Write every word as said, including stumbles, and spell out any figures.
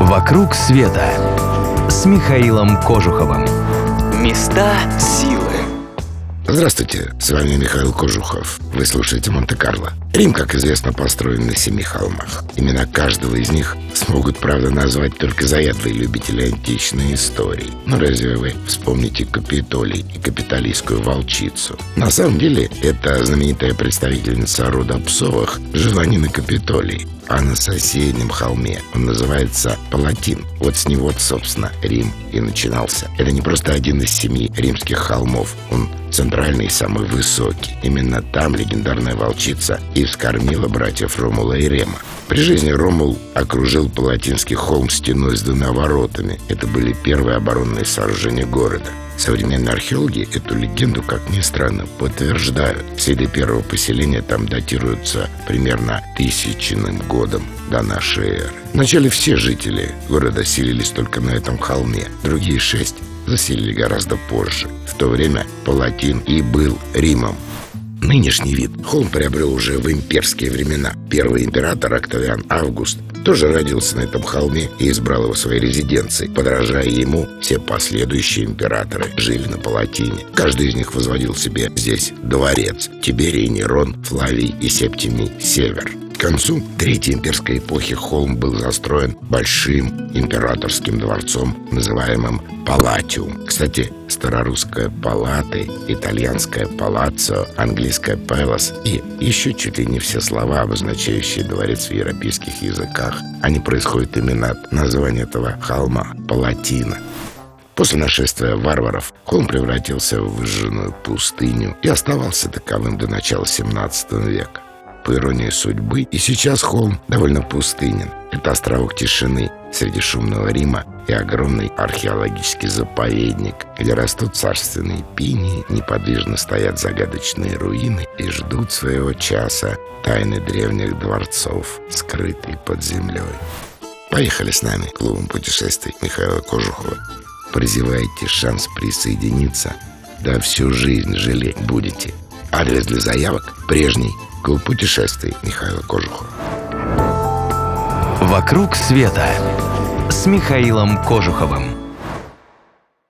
«Вокруг света» с Михаилом Кожуховым. Места силы. Здравствуйте, с вами Михаил Кожухов. Вы слушаете «Монте-Карло». Рим, как известно, построен на семи холмах. Имена каждого из них смогут, правда, назвать только заядлые любители античной истории. Но разве вы вспомните Капитолий и Капитолийскую волчицу? На самом деле, это знаменитая представительница рода Псовых жила не на Капитолии, а на соседнем холме. Он называется Палатин. Вот с него, собственно, Рим и начинался. Это не просто один из семи римских холмов. Он центральный и самый высокий. Именно там легендарная волчица и вскормила братьев Ромула и Рема. При жизни Ромул окружил Палатинский холм стеной с двумя воротами. Это были первые оборонные сооружения города. Современные археологи эту легенду, как ни странно, подтверждают. Следы первого поселения там датируются примерно тысячным годом до нашей эры. Вначале все жители города селились только на этом холме. Другие шесть заселили гораздо позже. В то время Палатин и был Римом. Нынешний вид холм приобрел уже в имперские времена. Первый император Октавиан Август тоже родился на этом холме и избрал его своей резиденцией. Подражая ему, все последующие императоры жили на Палатине. Каждый из них возводил себе здесь дворец. Тиберий, Нерон, Флавий и Септимий Север. К концу Третьей имперской эпохи холм был застроен большим императорским дворцом, называемым Палатиум. Кстати, старорусская палаты, итальянская палаццо, английская пэлас и еще чуть ли не все слова, обозначающие дворец в европейских языках, они происходят именно от названия этого холма – Палатина. После нашествия варваров холм превратился в выжженную пустыню и оставался таковым до начала семнадцатого века. По иронии судьбы, и сейчас холм довольно пустынен. Это островок тишины среди шумного Рима и огромный археологический заповедник, где растут царственные пинии, неподвижно стоят загадочные руины и ждут своего часа тайны древних дворцов, скрытые под землей. Поехали с нами клубом путешествий Михаила Кожухова. Прозевайте шанс присоединиться, да всю жизнь жалеть будете. Адрес для заявок прежний. Клуб путешествий Михаила Кожухова. «Вокруг света» с Михаилом Кожуховым.